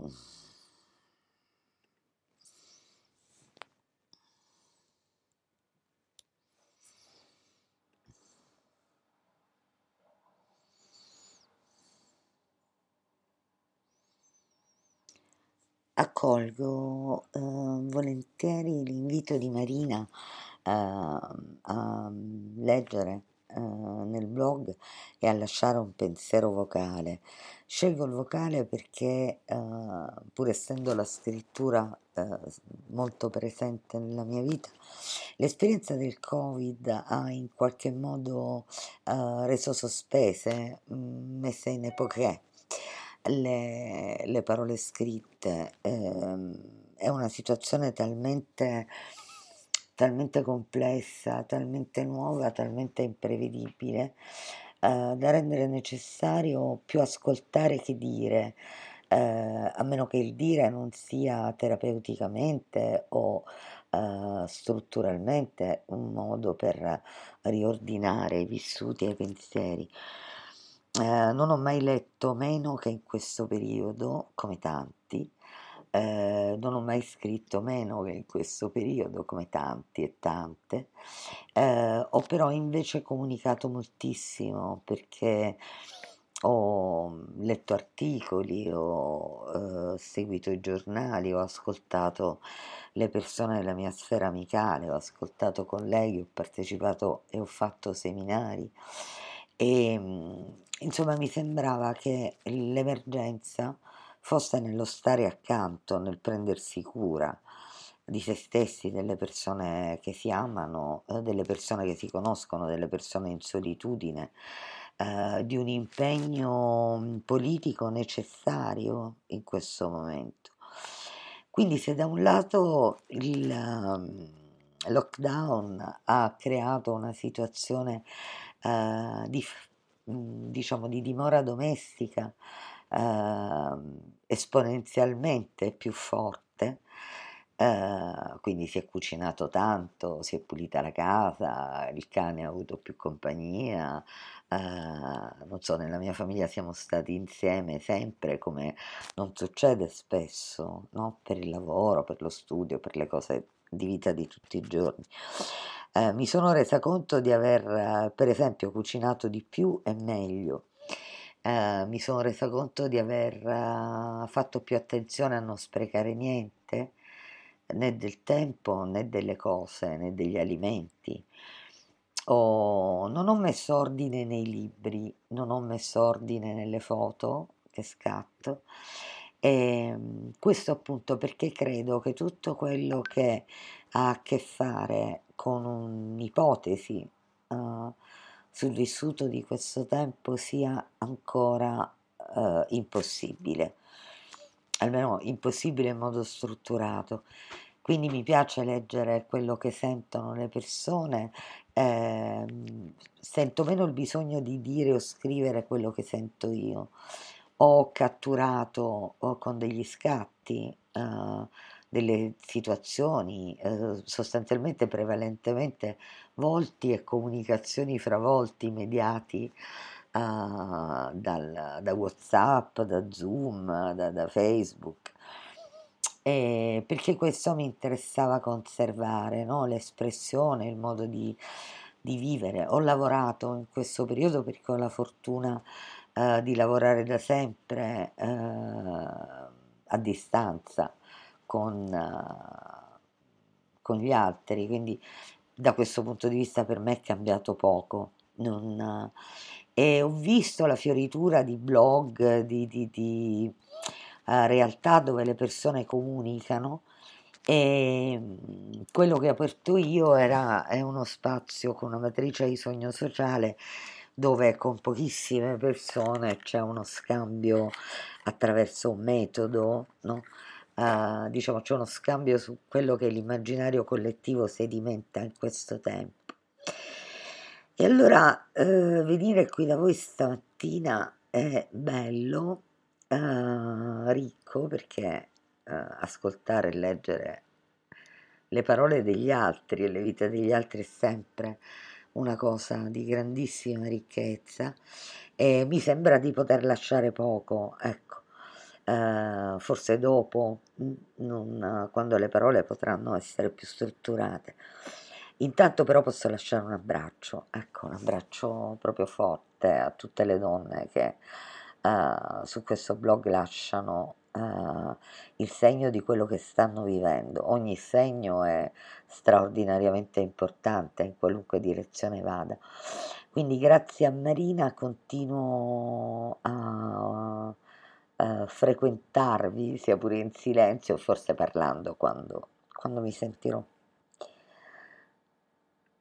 Accolgo volentieri l'invito di Marina a leggere nel blog e a lasciare un pensiero vocale. Scelgo il vocale perché, pur essendo la scrittura molto presente nella mia vita, l'esperienza del Covid ha in qualche modo reso sospese, messe in epoché le parole scritte. È una situazione talmente complessa, talmente nuova, talmente imprevedibile, da rendere necessario più ascoltare che dire, a meno che il dire non sia terapeuticamente o strutturalmente un modo per riordinare i vissuti e i pensieri. Non ho mai letto meno che in questo periodo, come tanti, non ho mai scritto meno che in questo periodo, come tanti e tante. Ho però invece comunicato moltissimo perché ho letto articoli, ho seguito i giornali, ho ascoltato le persone della mia sfera amicale, ho ascoltato colleghi, ho partecipato e ho fatto seminari e insomma mi sembrava che l'emergenza fosse nello stare accanto, nel prendersi cura di se stessi, delle persone che si amano, delle persone che si conoscono, delle persone in solitudine, di un impegno politico necessario in questo momento. Quindi se da un lato il lockdown ha creato una situazione diciamo di dimora domestica esponenzialmente più forte, quindi si è cucinato tanto, si è pulita la casa, il cane ha avuto più compagnia, non so, nella mia famiglia siamo stati insieme sempre come non succede spesso, no? Per il lavoro, per lo studio, per le cose di vita di tutti i giorni. Mi sono resa conto di aver, per esempio, cucinato di più e meglio. Mi sono resa conto di aver fatto più attenzione a non sprecare niente, né del tempo, né delle cose, né degli alimenti. Non ho messo ordine nei libri, non ho messo ordine nelle foto che scatto. Questo appunto perché credo che tutto quello che ha a che fare con un'ipotesi sul vissuto di questo tempo sia ancora impossibile, almeno impossibile in modo strutturato. Quindi mi piace leggere quello che sentono le persone, sento meno il bisogno di dire o scrivere quello che sento io. Ho catturato con degli scatti delle situazioni, sostanzialmente prevalentemente volti e comunicazioni fra volti mediati da WhatsApp, da Zoom, da Facebook, perché questo mi interessava conservare, no? L'espressione, il modo di vivere. Ho lavorato in questo periodo perché ho la fortuna di lavorare da sempre a distanza con gli altri, quindi da questo punto di vista per me è cambiato poco. E ho visto la fioritura di blog, di realtà dove le persone comunicano e quello che ho aperto io è uno spazio con una matrice di sogno sociale dove con pochissime persone c'è uno scambio attraverso un metodo, no? Diciamo c'è uno scambio su quello che l'immaginario collettivo sedimenta in questo tempo. E allora venire qui da voi stamattina è bello, ricco perché ascoltare e leggere le parole degli altri e le vite degli altri è sempre una cosa di grandissima ricchezza e mi sembra di poter lasciare poco, ecco. forse dopo, quando le parole potranno essere più strutturate. Intanto però posso lasciare un abbraccio, ecco, un abbraccio proprio forte a tutte le donne che su questo blog lasciano il segno di quello che stanno vivendo. Ogni segno è straordinariamente importante in qualunque direzione vada. Quindi grazie a Marina continuo a frequentarvi, sia pure in silenzio, forse parlando quando mi sentirò.